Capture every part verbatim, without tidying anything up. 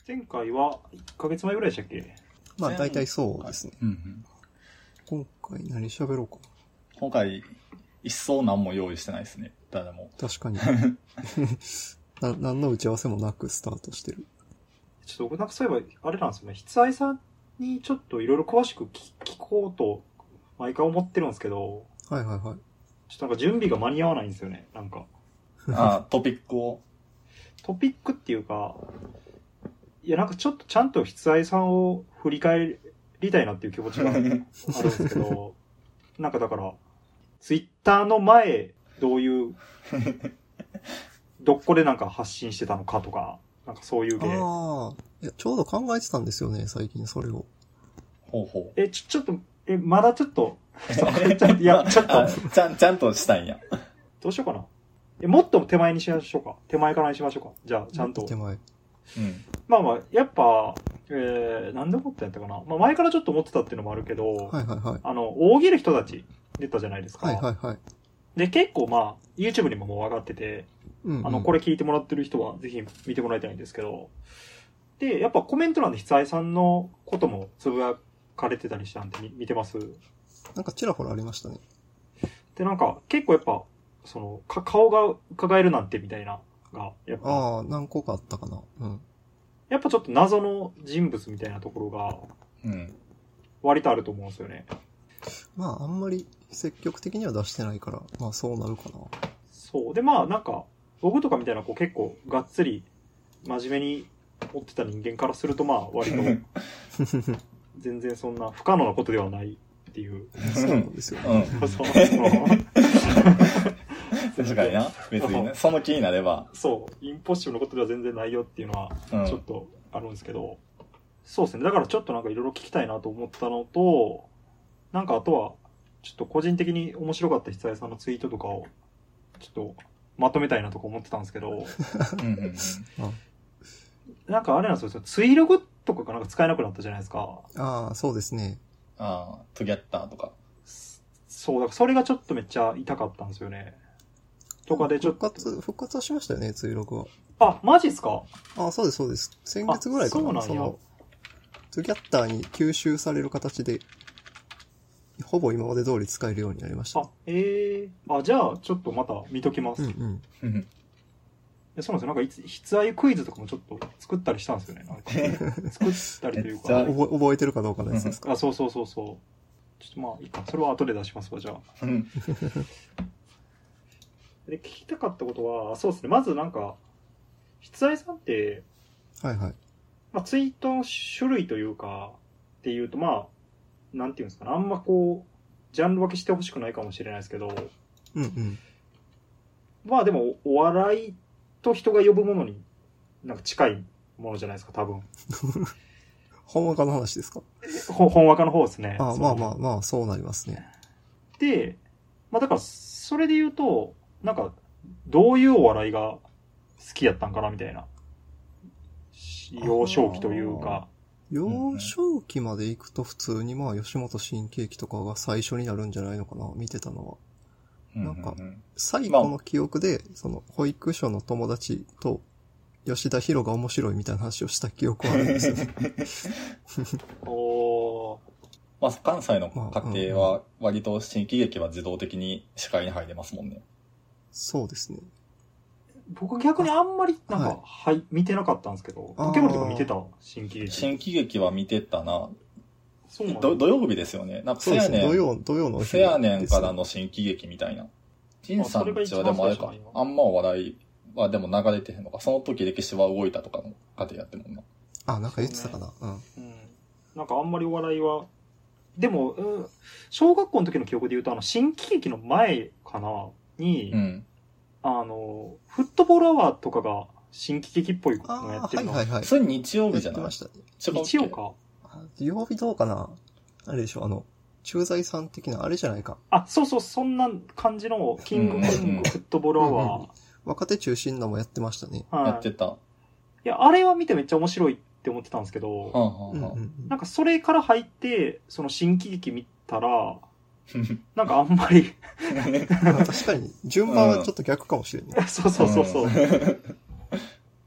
前回はいっかげつまえぐらいでしたっけ？ まあ大体そうですね。 うんうん、 今回何喋ろうか。 今回一層何も用意してないですね。誰も。 確かに。な何の打ち合わせもなくスタートしてる。 ちょっと僕なんかそういえばあれなんですよね。筆愛さんにちょっといろいろ詳しく 聞, 聞こうと毎回思ってるんですけど。 はいはいはい。 ちょっとなんか準備が間に合わないんですよね。なんか。 あトピックを。 トピックっていうか、いやなんかちょっとちゃんと筆愛さんを振り返りたいなっていう気持ちがあるんですけど、なんかだから、ツイッターの前、どういう、どこでなんか発信してたのかとか、なんかそういう系。 ああ、いや、ちょうど考えてたんですよね、最近それを。 ほうほう。 え、ちょ、ちょっと、え、まだちょっと、いや、ちょっとちゃん、ちゃんとしたいんや。 どうしようかな。え、もっと手前にしましょうか。手前からにしましょうか。じゃあ、ちゃんと。 手前。 うん。 まあまあ、やっぱ、えー、なんで思ったんやったかな。まあ前からちょっと思ってたっていうのもあるけど、 はいはいはい。 あの、大喜利人たち出たじゃないですか。 はいはいはい。 で、結構まあ、YouTube にももう上がってて、 うんうん、 あの、これ聞いてもらってる人はぜひ見てもらいたいんですけど、で、やっぱコメント欄で筆愛さんのこともつぶやかれてたりしたんで見てます？ なんかちらほらありましたね。 で、なんか結構やっぱ、その、か顔が伺えるなんてみたいなが、やっぱ。 ああ、何個かあったかな。うん。 やっぱちょっと謎の人物みたいなところが、 うん。 割とあると思うんですよね。 まあ、あんまり積極的には出してないから、まあそうなるかな。 そう。で、まあなんか、僕とかみたいなこう結構がっつり真面目に追ってた人間からするとまあ割と全然そんな不可能なことではないっていう。 そうなんですよ、 ね。うん。 そう。 確かにな。別にね。その気になれば。 そう。インポッシブルのことでは全然ないよっていうのはちょっとあるんですけど、うん、そうですね。だからちょっとなんかいろいろ聞きたいなと思ったのと、なんかあとは、ちょっと個人的に面白かった筆愛さんのツイートとかを、ちょっとまとめたいなとか思ってたんですけど、 うんうんうん、 なんかあれなんですよ、ツイログとかがなんか使えなくなったじゃないですか。 ああ、そうですね。 ああ、トゥギャッターとか。 そう、だからそれがちょっとめっちゃ痛かったんですよね。とかでちょっと。 復活、復活はしましたよね、ツイログは。 あ、マジっすか？ あ、そうですそうです。先月ぐらいかな。 そうなんや。 その、トゥギャッターに吸収される形で、ほぼ今まで通り使えるようになりました。 あ、ええー。あ、じゃあ、ちょっとまた見ときます。 うんうん。 そうなんですよ。なんかいつ、筆愛クイズとかもちょっと作ったりしたんですよね。なんか作ったりというか。 覚, 覚えてるかどうかのやつですか？ あ、そうそうそうそう。ちょっとまあいいか。それは後で出しますわ、じゃあ。で、聞きたかったことは、そうですね。まずなんか、筆愛さんって、 はいはい。 まあツイートの種類というか、っていうとまあ、なんていうんですかね。あんまこう、ジャンル分けしてほしくないかもしれないですけど、 うんうん。まあでも、お笑いと人が呼ぶものになんか近いものじゃないですか、多分。 本話の話ですか？ ほ本話の方ですね。 ああ、まあまあまあ、そうなりますね。 で、まあだから、それで言うと、なんか、どういうお笑いが好きやったんかな、みたいな。幼少期というか。 幼少期まで行くと普通にまあ、吉本新喜劇とかが最初になるんじゃないのかな、見てたのは。なんか、最後の記憶で、その、保育所の友達と、吉田博が面白いみたいな話をした記憶はあるんですよね。 おー。 まあ、関西の家庭は、割と新喜劇は自動的に視界に入れますもんね。 そうですね。 僕逆にあんまり、なんか、はい、はい、見てなかったんですけど、竹森とか見てた？新喜劇。 新喜劇は見てたな。 そうなんど土曜日ですよね。なんかせやねん。 土曜、土曜のせやねんからの新喜劇みたいな。金さんちはでもあれか。あんまお笑いはでも流れてへんのか。その時歴史は動いたとかの家庭やってもんな。 あ、なんか言ってたかな。う, ね、 うん。うん。なんかあんまりお笑いは、でも、うん、小学校の時の記憶で言うと、あの、新喜劇の前かなに、うん、あの、フットボールアワーとかが新喜劇っぽいのやってるの。 はいはいはい。 それ日曜日じゃない？ ました。 日曜か。 曜日どうかな？あれでしょ、あの、駐在さん的なあれじゃないか。 あ、そうそう、そんな感じのキングコングフットボールアワー。うんうんうん、 若手中心のもやってましたね。 はい、やってた。いや、あれは見てめっちゃ面白いって思ってたんですけど、 はあはあ、 なんかそれから入って、その新喜劇見たら、なんかあんまり確かに、順番はちょっと逆かもしれない。 うん、そうそうそうそう。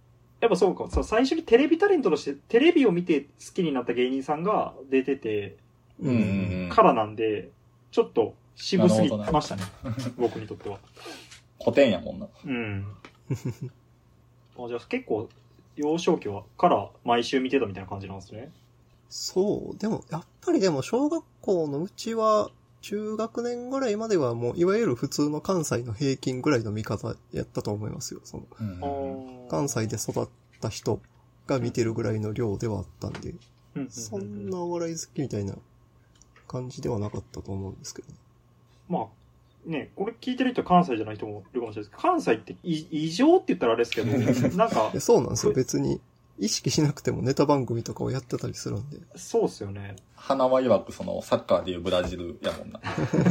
やっぱそうか、そう最初にテレビタレントとして、テレビを見て好きになった芸人さんが出てて、 うんうんうん、 からなんで、ちょっと渋すぎましたね。僕にとっては。 古典やもんな。 うん。あ、じゃあ結構、幼少期は、から毎週見てたみたいな感じなんですね。 そう。でも、やっぱりでも、小学校のうちは、中学年ぐらいまではもう、いわゆる普通の関西の平均ぐらいの見方やったと思いますよ。その、うん、関西で育った人が見てるぐらいの量ではあったんで、うん、そんなお笑い好きみたいな感じではなかったと思うんですけど、ね。 まあ、ね、これ聞いてる人関西じゃない人もいるかもしれないですけど、関西って異常って言ったらあれですけど、なんか。 そうなんですよ、別に。意識しなくてもネタ番組とかをやってたりするんで。 そうっすよね。 花は曰くそのサッカーでいうブラジルやもんな。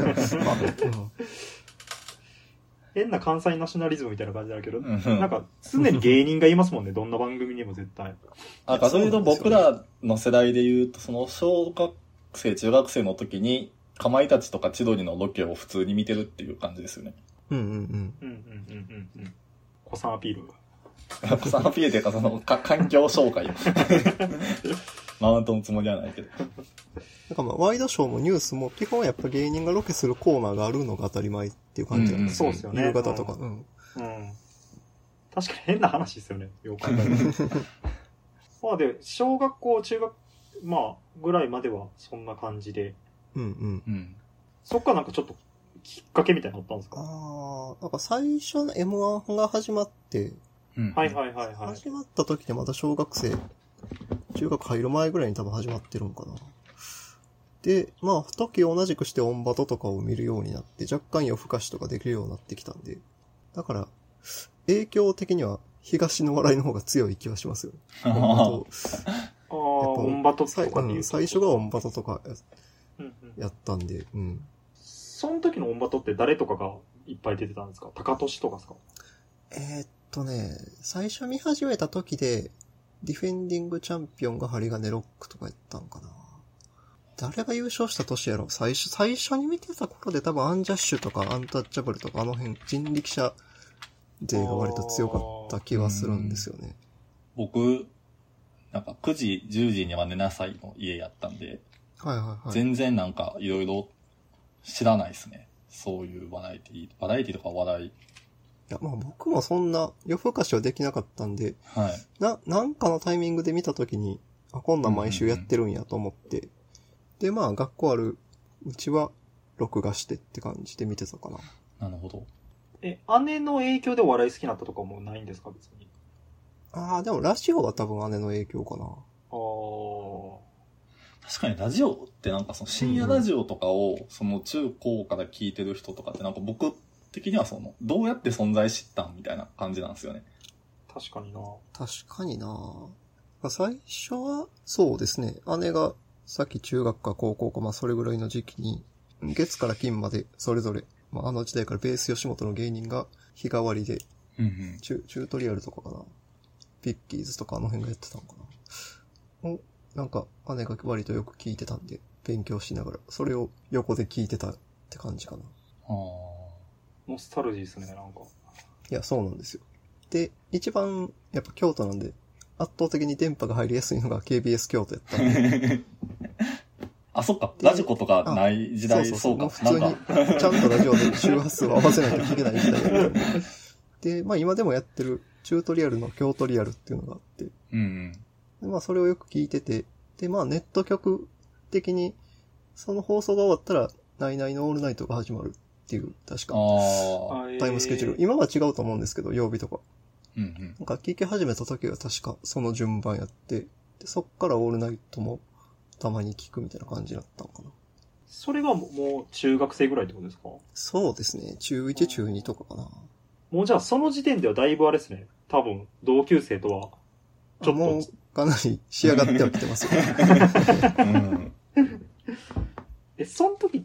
変な関西ナショナリズムみたいな感じだけど、うん、なんか常に芸人がいますもんね、どんな番組にも絶対。 あ、かそういうと僕らの世代で言うと、その小学生、中学生の時に、かまいたちとか千鳥のロケを普通に見てるっていう感じですよね。 うんうんうん。 うんうんうんうん。子さんアピール。 子さんアピールっていうか、その、か、環境紹介を。マウントのつもりはないけど。 なんかまあ、ワイドショーもニュースも、基本やっぱ芸人がロケするコーナーがあるのが当たり前っていう感じなんですよ、 うんうん、そうですよね。 夕方とか。うん。うん、 確かに変な話ですよね。よく考えると。まあで、小学校、中学、まあ、ぐらいまではそんな感じで。 うんうんうん。 そっからなんかちょっときっかけみたいなのあったんですか？ ああ、なんか最初の エムワン が始まって、 うん、はいはいはいはい。 始まった時でまだ小学生、中学入る前ぐらいに多分始まってるのかな。で、まあ、時同じくしてオンバトとかを見るようになって、若干夜更かしとかできるようになってきたんで、だから、影響的には東の笑いの方が強い気はしますよ。オンバト。 ああ、オンバトとかで言うと、 最初がオンバトとかやったんで、うん、うん。 その時のオンバトって誰とかがいっぱい出てたんですか？高俊とかですか？ えー、っとね、最初見始めた時で、ディフェンディングチャンピオンが針金ロックとかやったんかな。誰が優勝した年やろ？最初、最初に見てた頃で多分アンジャッシュとかアンタッチャブルとかあの辺、人力車勢が割と強かった気はするんですよね。 僕、なんかくじ、じゅうじには寝なさいの家やったんで、 はいはいはい。 全然なんかいろいろ知らないですね。そういうバラエティ、バラエティとか話題。いや、まあ僕もそんな夜更かしはできなかったんで、 はい。 な、なんかのタイミングで見たときに、あ、こんなん毎週やってるんやと思って、うんうんうん、で、まあ学校あるうちは録画してって感じで見てたかな。 なるほど。 え、姉の影響でお笑い好きになったとかもないんですか、別に。 ああ、でもラジオは多分姉の影響かな。ああ。 確かにラジオってなんかその深夜ラジオとかをその中高から聞いてる人とかってなんか僕的にはそのどうやって存在知ったんみたいな感じなんですよね。 確かにな。 確かにな。最初はそうですね。姉がさっき中学か高校かまあそれぐらいの時期に月から金までそれぞれ、まあ、あの時代からベース吉本の芸人が日替わりで、 うんうん、 チュ、チュートリアルとかかな。ピッキーズとかあの辺がやってたのかな。おなんか姉が割とよく聞いてたんで勉強しながらそれを横で聞いてたって感じかな。 あノスタルジーですね、なんか。 いや、そうなんですよ。で、一番やっぱ京都なんで圧倒的に電波が入りやすいのが ケービーエス 京都やったんで。 あ、そっか。ラジコとかない時代、そうそうそうそうか。普通にちゃんとラジオで周波数を合わせないと聞けない時代やったんで。で、まあ今でもやってるチュートリアルの京都リアルっていうのがあって。 うんうんでまあそれをよく聞いてて、でまあネット局的にその放送が終わったらナイナイのオールナイトが始まるっていう確かタイムスケジュール、今は違うと思うんですけど曜日とか、 うんうん、 なんか聞き始めた時は確かその順番やって、でそっからオールナイトもたまに聞くみたいな感じだったのかな。 それがもう中学生ぐらいってことですか？ そうですね、中いち中にとかかな。 もうじゃあその時点ではだいぶあれですね、多分同級生とはちょっともうかなり仕上がってはきてますよ、 ねうん、 え、その時って、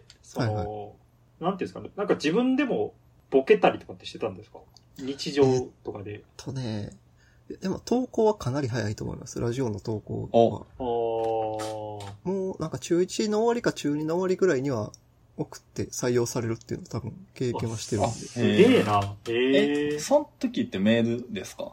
その、はいはい、なんていうんですかね、なんか自分でもボケたりとかってしてたんですか？日常とかで。えっとね、でも投稿はかなり早いと思います。ラジオの投稿は。もうなんか中いちの終わりか中にの終わりぐらいには送って採用されるっていうのを多分経験はしてるんで。 すげえな。えー、 え、その時ってメールですか？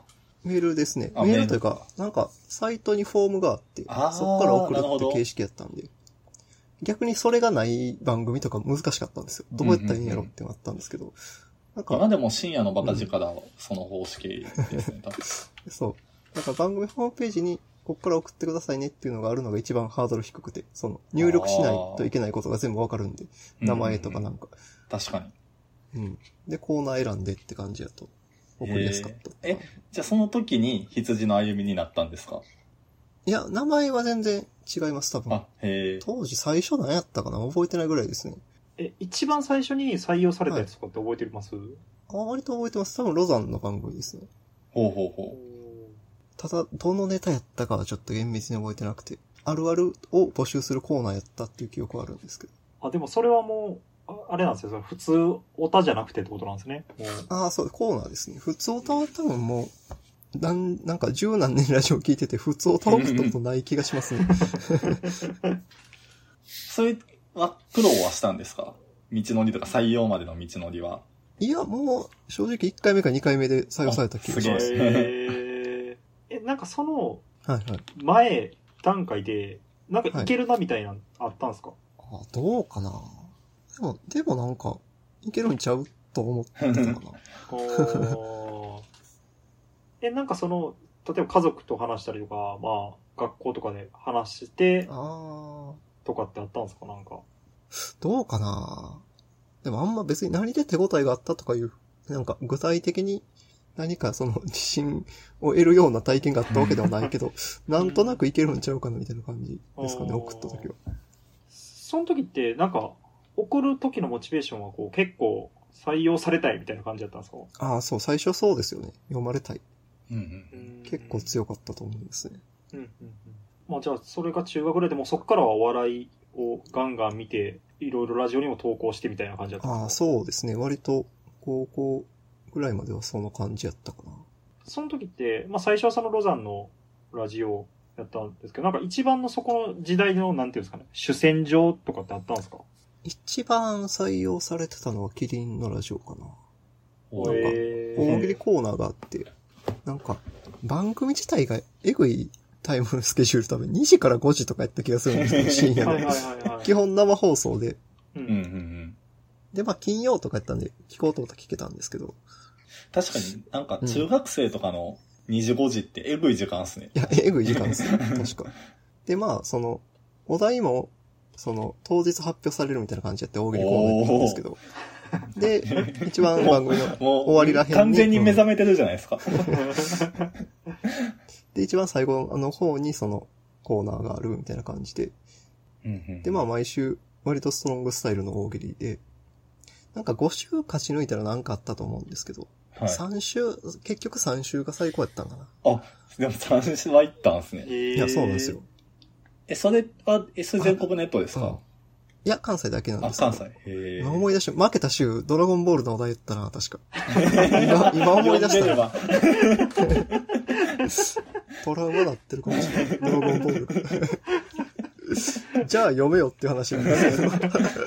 メールですね。メールというか、なんか、サイトにフォームがあって、そこから送るって形式やったんで、逆にそれがない番組とか難しかったんですよ。どうやったらいいんやろってなったんですけど。うんうんうん、 なんか今でも深夜のバカ力、その方式ですね、多分。 そう。なんか番組ホームページに、ここから送ってくださいねっていうのがあるのが一番ハードル低くて、その、入力しないといけないことが全部わかるんで、名前とかなんか、 うん。確かに。うん。で、コーナー選んでって感じやと、送りやすかった。 え、じゃあその時に羊の歩みになったんですか？ いや、名前は全然違います、多分。 あ、へー。 当時最初何やったかな覚えてないぐらいですね。 え、一番最初に採用されたやつとかって覚えてます？はい、 あ、割と覚えてます。多分ロザンの番組ですね。 ほうほうほう。 ただ、どのネタやったかはちょっと厳密に覚えてなくて、あるあるを募集するコーナーやったっていう記憶はあるんですけど。 あ、でもそれはもう、あ, あれなんですよ。それ普通オタじゃなくてってことなんですね。 ああ、そう、コーナーですね。普通オタは多分もう、なん、なんか十何年ラジオ聞いてて、普通オタを送ったことない気がしますね。 それは苦労はしたんですか？道のりとか採用までの道のりは。 いや、もう、正直いっかいめかにかいめで採用された気がします。 すげえ。え、なんかその、 はいはい。 前段階で、なんかいけるなみたいなのあったんですか？ はい、あ、どうかな。でも、でもなんか、いけるんちゃうと思ってたかな。 え、なんかその、例えば家族と話したりとか、まあ、学校とかで話して、あとかってあったんですか？なんか。 どうかな。でもあんま別に何で手応えがあったとかいう、なんか具体的に何かその自信を得るような体験があったわけではないけど、なんとなくいけるんちゃうかなみたいな感じですかね、送った時は。 その時ってなんか、送る時のモチベーションはこう結構採用されたいみたいな感じだったんですか？ ああ、そう、最初そうですよね。読まれたい。 うんうん、 結構強かったと思いますね。 うんうんうん、まあじゃあそれが中学ぐらいでもそこからはお笑いをガンガン見て、いろいろラジオにも投稿してみたいな感じだったんですか？ ああ、そうですね。割と高校ぐらいまではその感じやったかな。 その時って、まあ最初はそのロザンのラジオやったんですけど、なんか一番のそこの時代のなんていうんですかね、主戦場とかってあったんですか？ 一番採用されてたのはキリンのラジオかな。なんか、 大喜利コーナーがあって、なんか、番組自体がえぐいタイムスケジュール多分にじからごじとかやった気がするんですけど、深夜の。基本生放送で。 うんうんうん、 で、まあ金曜とかやったんで、聞こうと思ったら聞けたんですけど。 確かになんか中学生とかのにじごじってえぐい時間っすね。 いや、えぐい時間ですよ。確か。で、まあ、その、お題も、その、当日発表されるみたいな感じやって大喜利コーナーやったんですけど。で、一番番組の終わりらへんに。 完全に目覚めてるじゃないですか。 で、一番最後の方にそのコーナーがあるみたいな感じで。 うんうん、 で、まあ毎週、割とストロングスタイルの大喜利で、なんかご週勝ち抜いたらなんかあったと思うんですけど、はい、さん週、結局さん週が最高やったんかな。 あ、でもさん週は行ったんですね。 いや、そうなんですよ。 え、それは S 全国ネットですか？ いや、関西だけなんですけど。 あ、関西。へ今思い出し、負けた週、ドラゴンボールのお題やったな、確か。今、今思い出したら。トラウマなってるかもしれない。ドラゴンボールが。じゃあ読めよっていう話なんですけど。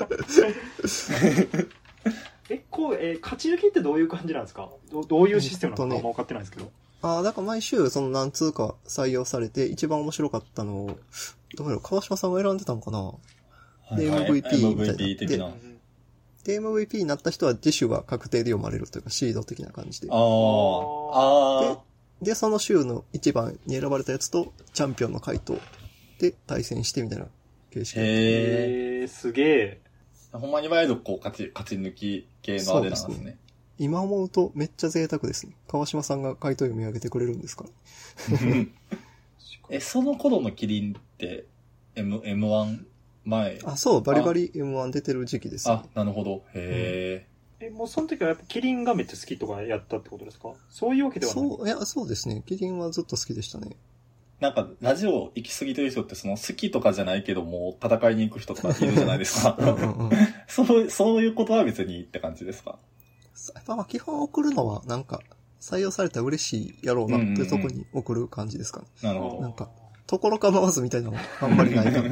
え、こう、えー、勝ち抜きってどういう感じなんですか？ど, どういうシステムなのかあんま分かってないんですけど。ね、 ああ、だから毎週その何通か採用されて、一番面白かったのを、どうやろう、川島さんが選んでたのかな？で、エムブイピー みたいな。エムブイピー 的な。で、エムブイピー になった人は次週は確定で読まれるというか、シード的な感じで。 ああ。 で、で、その週の一番に選ばれたやつと、チャンピオンの回答で対戦してみたいな形式。 へー、すげえ。 ほんまにいわゆるこう、勝ち、勝ち抜き系のあれなんですね。そうですね。 今思うとめっちゃ贅沢ですね。川島さんが回答読み上げてくれるんですから。 え、その頃のキリンって、M、エムワン前。 あ、そう、バリバリ エムワン 出てる時期です、 ね。あ、なるほど。へー、うん。え、もうその時はやっぱキリンがめっちゃ好きとかやったってことですか？そういうわけではない。 そう、いや、そうですね。キリンはずっと好きでしたね。 なんか、ラジオ行き過ぎてる人って、その好きとかじゃないけども、戦いに行く人とかいるじゃないですか。うんうん、うん、そう、そういうことは別にって感じですか？ やっぱまあ基本送るのは、なんか、採用されたら嬉しいやろうなっていうとこに送る感じですかね。 うんうんうん、なるほど。 なんか、ところ構わずみたいなのあんまりないから。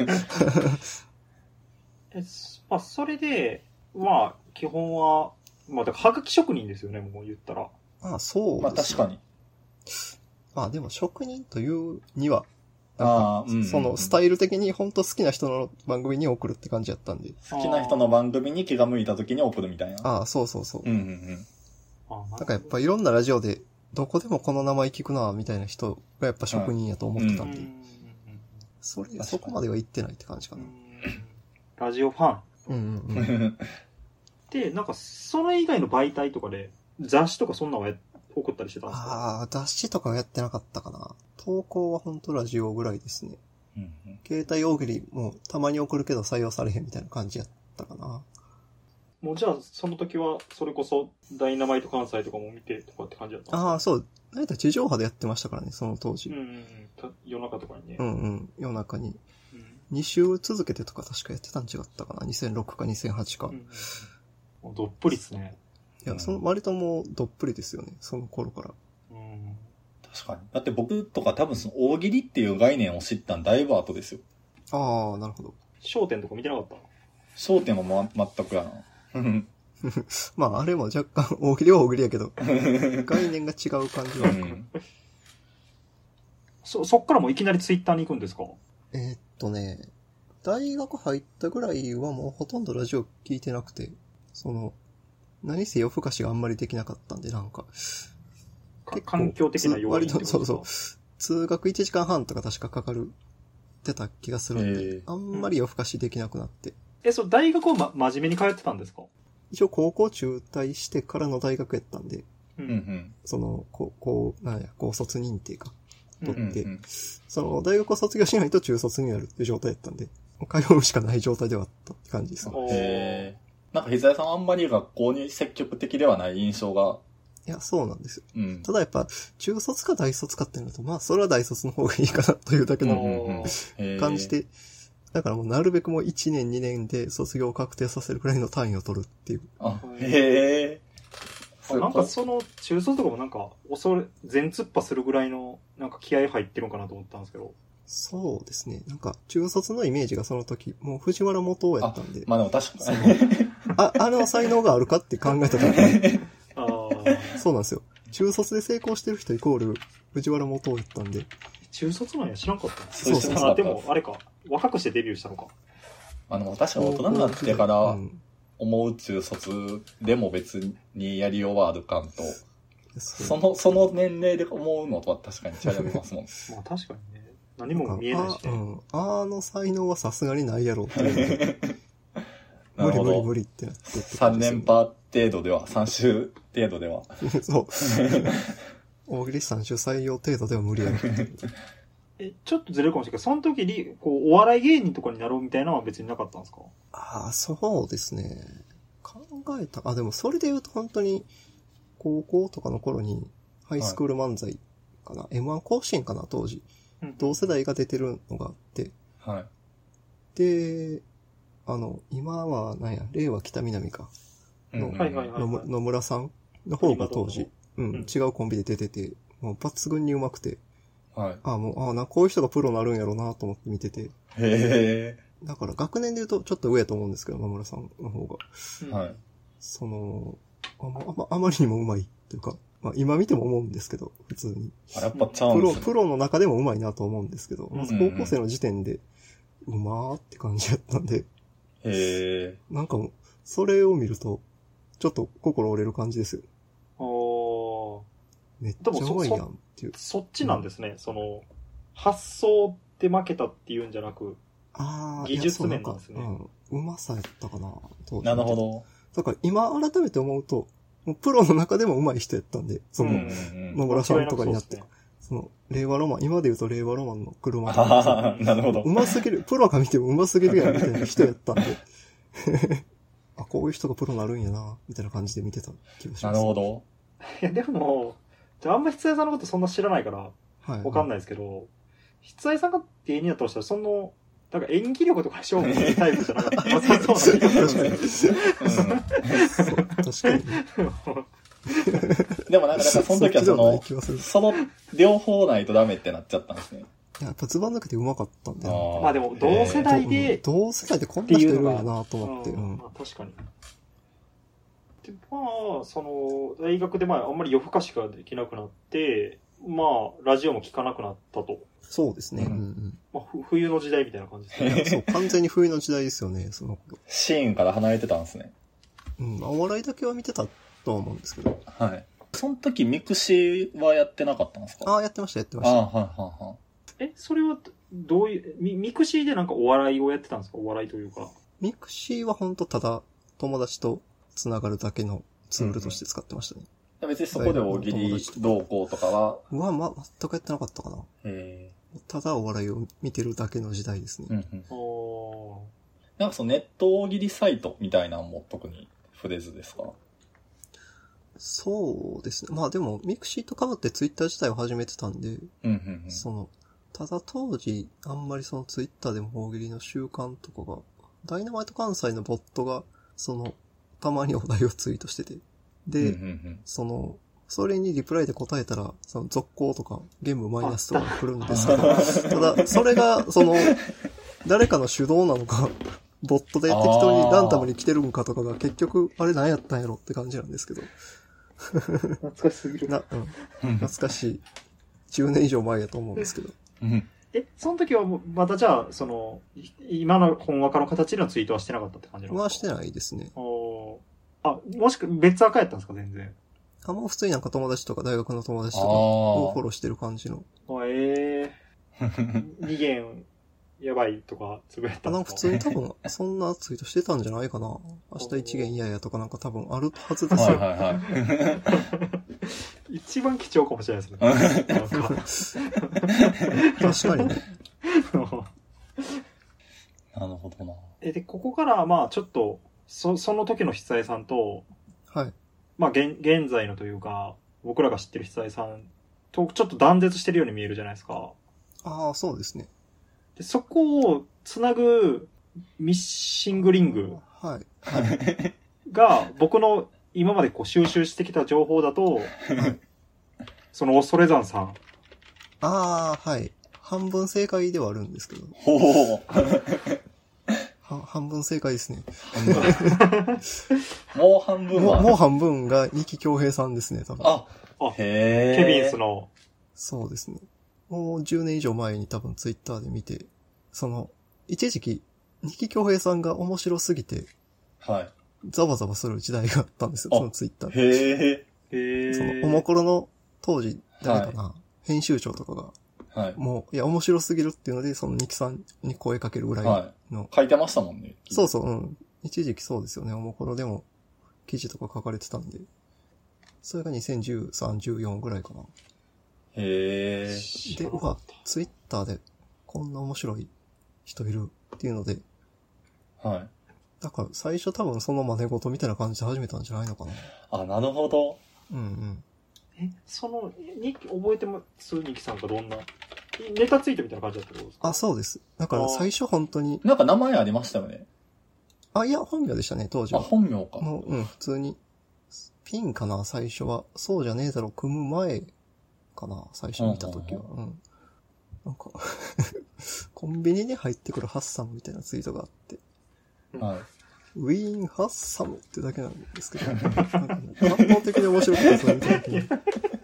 え、まあ、それで、まあ、基本は、まあ、だから、はがき職人ですよね、もう言ったら。 ああ、そうですね。 まあ、確かに。 まあでも職人というには、 ああ、うんうんうん、 そのスタイル的に本当好きな人の番組に送るって感じやったんで。 好きな人の番組に気が向いた時に送るみたいな。 ああ、そうそうそう。 うんうんうん。 なんかやっぱいろんなラジオで、どこでもこの名前聞くなみたいな人がやっぱ職人やと思ってたんで。うんうん、それ、そこまでは言ってないって感じかな。 ラジオファン。 うんうんうん。 で、なんかそれ以外の媒体とかで雑誌とかそんなのや送ったりしてたんですか？ ああ、雑誌とかはやってなかったかな。投稿はほんとラジオぐらいですね。うんうん、携帯大喜利もたまに送るけど採用されへんみたいな感じやったかな。 もうじゃあその時はそれこそダイナマイト関西とかも見てとかって感じだったんですか？ ああ、そう。何だ地上波でやってましたからね、その当時。 うんうんうん。夜中とかにね。 うんうん。夜中に。に週続けてとか確かやってたん違ったかな。にせんろくかにせんはちか。うんうん、どっぷりっすね。 いや、その割ともうどっぷりですよね、その頃から。 うん、確かに。だって僕とか多分その大喜利っていう概念を知ったんだいぶ後ですよ。 ああ、なるほど。 笑点とか見てなかった？ 笑点も、ま、全くやな。 まあ、あれも若干大喜利は大喜利やけど、概念が違う感じはあるから、うん。 そ、そっからもういきなりツイッターに行くんですか？ えー、っとね、大学入ったぐらいはもうほとんどラジオ聞いてなくて、その、何せ夜更かしがあんまりできなかったんで、なんか、 結構環境的な要因割と、そうそう。通学いちじかんはんとか確かかかるってた気がするんで、あんまり夜更かしできなくなって。 え、そう、大学を、ま、真面目に通ってたんですか？ 一応高校中退してからの大学やったんで、 うんうん、 その、こう、こう、なんや、高卒認定か、取って、うんうん、その、大学を卒業しないと中卒になるっていう状態やったんで、通うしかない状態ではあったって感じですね。 へー。なんか、ひざやさんあんまり学校に積極的ではない印象が。 いや、そうなんですよ。 うん、 ただやっぱ、中卒か大卒かってなると、まあ、それは大卒の方がいいかなというだけの感じで、だからもうなるべくもういちねんにねんで卒業を確定させるくらいの単位を取るっていう。 あ、へー。なんかその中卒とかもなんか恐れ、全突破するぐらいのなんか気合入ってるのかなと思ったんですけど。 そうですね。なんか中卒のイメージがその時、もう藤原元やったんで。 まあでも確かに。 あ、あの才能があるかって考えた時に。あそうなんですよ。中卒で成功してる人イコール藤原元やったんで。 中卒なんや知らんかった。 そうそうそう。でもあれか。若くしてデビューしたのか。 あの、確かに大人になってから思う中卒でも別にやり終わる感と、その、その年齢で思うのとは確かに違いますもん。 まあ確かにね。何も見えないしね。 あ、うん、あの才能はさすがにないやろっていう。無理無理無理ってなってって、ね。 さんねんパ程度では、さん週程度では。 そう。大喜利さん週採用程度では無理やろって。 え、ちょっとずれるかもしれないけど、その時に、こう、お笑い芸人とかになろうみたいなのは別になかったんですか？ ああ、そうですね。考えた。あ、でもそれで言うと本当に、高校とかの頃に、ハイスクール漫才かな。はい、エムワン 甲子園かな、当時。うん、同世代が出てるのがあって。 はい。 で、あの、今は、なんや、令和北南か。の、野村さんの方が当時、うん、うん、違うコンビで出てて、もう抜群に上手くて。 はい。 あもう、あな、こういう人がプロになるんやろうなと思って見てて。 へー。だから学年で言うとちょっと上やと思うんですけど、野村さんの方が。 はい。 その、あま、あま、あまりにも上手いっていうか、まあ今見ても思うんですけど、普通に。 あ、やっぱちゃうんですね。プロ、プロの中でも上手いなと思うんですけど、まず高校生の時点で、うまーって感じやったんで。 へー。 なんかもう、それを見ると、ちょっと心折れる感じですよ。 ああ。 めっちゃ上手いやんっていう。 そっちなんですね。うん、その、発想で負けたっていうんじゃなく、 あ技術面なんですね。 うん。うまさやったかな。 なるほど。 だから今改めて思うと、もうプロの中でも上手い人やったんで、その、野村さんとかになって、その、令和ロマン、今で言うと令和ロマンの車とか。なるほど。 上手すぎる、プロが見ても上手すぎるやんみたいな人やったんで。あ、こういう人がプロになるんやな、みたいな感じで見てた気がします。 なるほど。 いや、でも、じゃああんま筆愛さんのことそんな知らないから、わかんないですけど、はいはい、筆愛さんが芸人だとしたら、その、なんか演技力とか勝負するタイプじゃなかった。まあ、そうな気がする。 確かに。 でもなんか、その時はその、その両方ないとダメってなっちゃったんですね。 いや、やっぱズバ抜けて上手かったんだよ。 まあでも、同世代で、 同世代でこんな人いるんやなと思って。 うん、まあ確かに。で、まあ、その、大学でまあ、あんまり夜更かしができなくなって、 まあ、ラジオも聞かなくなったと。 そうですね。うんうん。 まあ、冬の時代みたいな感じですね。 そう、完全に冬の時代ですよね、その頃。 シーンから離れてたんですね。 うん、お笑いだけは見てたとは思うんですけど。 はい。その時ミクシーはやってなかったんですか？ ああ、やってました、やってました。ああ、 はいはいはい。 え、それは、どういう、ミ、ミクシーでなんかお笑いをやってたんですか？お笑いというか。 ミクシーはほんとただ友達と繋がるだけのツールとして使ってましたね。 うん、別にそこで大喜利同行とかはうわ、ま、全くやってなかったかな。 へただお笑いを見てるだけの時代ですね。うんうん、 おなんかそのネット大喜利サイトみたいなのも特に触れずですか？ そうですね。まあでも、ミクシーと被ってツイッター自体を始めてたんで、 うんうんうん、 その、ただ当時、あんまりそのツイッターでも大喜利の習慣とかが、ダイナマイト関西のボットが、その、たまにお題をツイートしてて、で、うんうんうん、その、それにリプライで答えたら、その続行とか、ゲームマイナスとか来るんですけど、ただ、それが、その、誰かの主導なのか、ボットで適当にランダムに来てるんかとかが結局、あれ何やったんやろって感じなんですけど。 懐かしすぎる。 な、うん。懐かしい。じゅうねん以上前やと思うんですけど。 え、その時はもう、またじゃあ、その、今の本話の形でのツイートはしてなかったって感じなんですか？ はしてないですね。 おあ、もしくは別アカやったんですか、全然。 あ、もう普通になんか友達とか大学の友達とかをフォローしてる感じの。 あ、ええー。二元やばいとかつぶやったんですか？ あ、なんか普通に多分、そんなツイートしてたんじゃないかな。明日一元嫌やとかなんか多分あるはずですよ。はいはいはい。 一番貴重かもしれないですね。 確かにね。 なるほどな。 え、で、ここからまあちょっと、そ、その時の筆愛さんと、 はい。 まあ現、現在のというか、僕らが知ってる筆愛さんとちょっと断絶してるように見えるじゃないですか。 ああ、そうですね。 で、そこをつなぐミッシングリング。 はい。はい。 が、僕の今までこう収集してきた情報だと、はい、その恐山さん。 ああ、はい。半分正解ではあるんですけど。 ほう。 は半分正解ですね。 もう半分はもう、もう半分が二木恭平さんですね、多分。 あ、あへー。ケビンスの。 そうですね。もうじゅうねん以上前に多分ツイッターで見て、その、一時期、二木恭平さんが面白すぎて、 はい。 ざわざわする時代があったんですよ、そのツイッターで。 へー。 その、おもころの当時、誰かな、はい、編集長とかが、はい。もう、いや、面白すぎるっていうので、その、ニキさんに声かけるぐらいの。はい、 書いてましたもんね。 そうそう、うん。一時期そうですよね。おもころでも、記事とか書かれてたんで。それがにせんじゅうさん、じゅうよんぐらいかな。 へー。 で、うわ、ツイッターで、こんな面白い人いるっていうので。 はい。 だから、最初多分その真似事みたいな感じで始めたんじゃないのかな。 あ、なるほど。 うんうん。 え、その、日記覚えてます日記さんがどんな、ネタツイートみたいな感じだったってことですか？ あ、そうです。だから最初本当に。 なんか名前ありましたよね。 あ、いや、本名でしたね、当時は。 あ、本名か。 もう、うん、普通に。ピンかな、最初は。そうじゃねえだろ、組む前かな、最初見た時は。うん、うん。なんか、コンビニに入ってくるハッサムみたいなツイートがあって。 はい。 ウィーンハッサムってだけなんですけど、なんか、ね、感動的に面白かったですね、見た時に。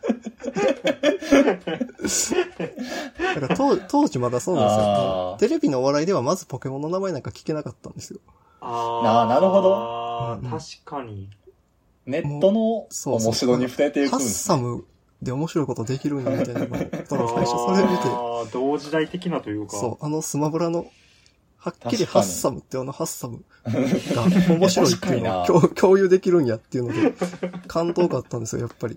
だから当当時まだそうなんですよ。テレビのお笑いではまずポケモンの名前なんか聞けなかったんですよ。 ああ、なるほど。 あ、うん、確かに。 ネットの面白に触れていくんです、 ね、ハッサムで面白いことできるんだみたいなのを、最初それ見て。 ああ、同時代的なというか。 そう、あのスマブラの、はっきりハッサムってあのハッサムが面白いっていうのを 共, 共有できるんやっていうので、感動があったんですよ、やっぱり。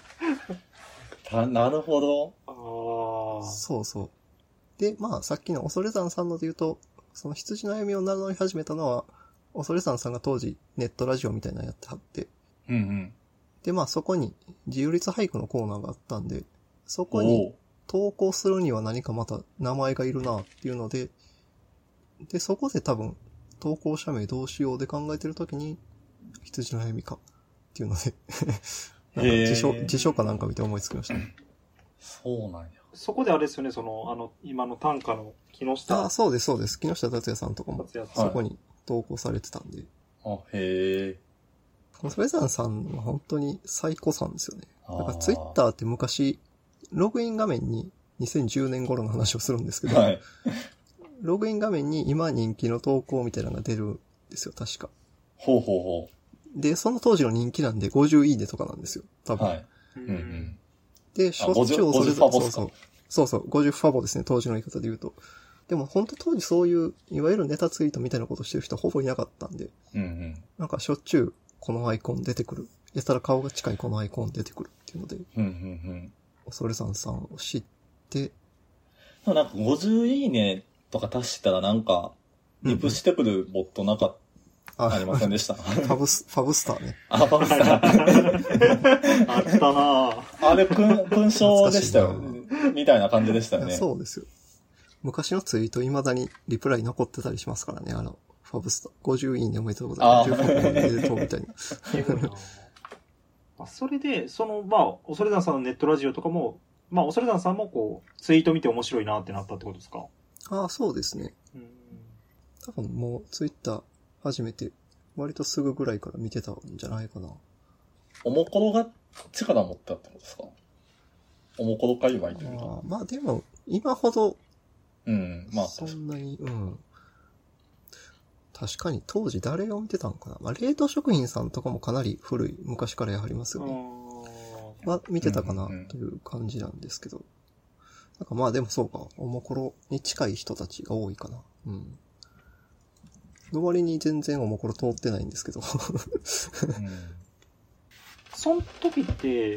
なるほど。 ああ。 そうそう。で、まあ、さっきの恐山さんので言うと、その羊の歩みを名乗り始めたのは、恐山さんが当時ネットラジオみたいなのやってはって。 うんうん。 で、まあそこに自由律俳句のコーナーがあったんで、そこに投稿するには何かまた名前がいるなっていうので、で、そこで多分、投稿者名どうしようで考えてるときに、羊の歩みかっていうので、なんか辞書、辞書かなんか見て思いつきましたね。 そうなんや。 そこであれですよね、その、あの、今の短歌の木下。 あ、そうです、そうです。木下達也さんとかも、そこに投稿されてたんで。 あ、へー。それざんさんは本当に最高さんですよね。だからツイッターって昔、 ログイン画面ににせんじゅうねん頃の話をするんですけど、 はい、 ログイン画面に今人気の投稿みたいなのが出るんですよ、確か。 ほうほうほう。で、その当時の人気なんでごじゅういいねとかなんですよ、多分。 はい。うんうん、 で、しょっちゅうそれで、そうそう。そうそう、ごじゅうファボですね、当時の言い方で言うと。でも本当当時そういう、いわゆるネタツイートみたいなことしてる人ほぼいなかったんで、 うんうん、 なんかしょっちゅうこのアイコン出てくる。やたら顔が近いこのアイコン出てくるっていうので、 うんうんうん、 恐れさんさんを知って、 でもなんかごじゅういいねとか足したらなんか、リプしてくるボットなかった、うん、あ, ありませんでした。 ファブス、ファブスターね。 あ、ファブスター。 あったなぁ。 あれ、勲、勲章でしたよ。みたいな感じでしたよね。 そうですよ。昔のツイート未だにリプライ残ってたりしますからね、あの、ファブスター。ごじゅういいねおめでとうございます。じゅうファブおめでとうみたいな。 それで、その、まあ、恐山さんのネットラジオとかも、まあ、恐山さんもこう、ツイート見て面白いなってなったってことですか？ ああ、そうですね。うん、多分もう、ツイッター始めて、割とすぐぐらいから見てたんじゃないかな。 おもころが力持ったってことですか？おもころ界隈というか。 あまあでも、今ほど、 うん、まあ、 そんなに、うん。確かに当時誰を見てたんかな。まあ、冷凍食品さんとかもかなり古い、昔からやはりますよね。は見てたかなという感じなんですけど。なんかまあでもそうか、おもころに近い人たちが多いかな。うん。の割に全然おもころ通ってないんですけど。うん、 その時って、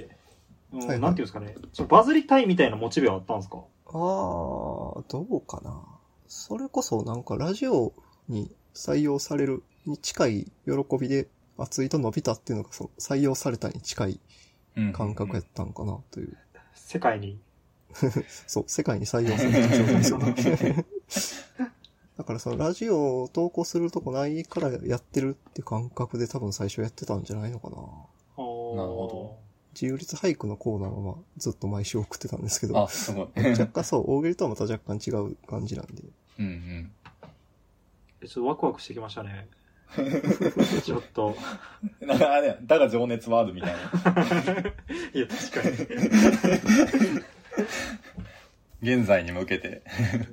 うんはいはい、なんていうんですかね、そのバズりたいみたいなモチベはあったんですか？ ああ、どうかな。それこそなんかラジオに採用されるに近い喜びで、あ、ツイート伸びたっていうのがその採用されたに近い感覚やったんかなという。うんうんうん、 世界にそう、世界に採用された状態ですよね。だからそのラジオを投稿するとこないからやってるって感覚で多分最初やってたんじゃないのかな。なるほど。 自由律俳句のコーナーはまあずっと毎週送ってたんですけど。 あ、すごい。 若干そう、大喜利とはまた若干違う感じなんで。 うんうん。 ちょっとワクワクしてきましたね。ちょっと。 なんかあれ、だが情熱はあるみたいな。 いや、確かに。 現在に向けて。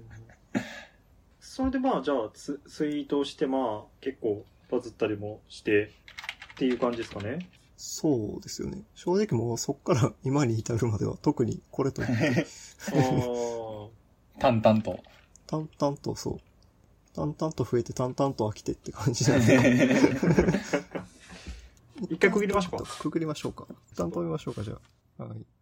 それでまあ、じゃあツ、ツイートしてまあ、結構バズったりもしてっていう感じですかね。 そうですよね。正直もうそっから今に至るまでは特にこれと言って。 淡々と。 淡々とそう。淡々と増えて淡々と飽きてって感じなんで。 一回区切りましょうか。 区切りましょうか。一旦止めましょうか、じゃあ。はい。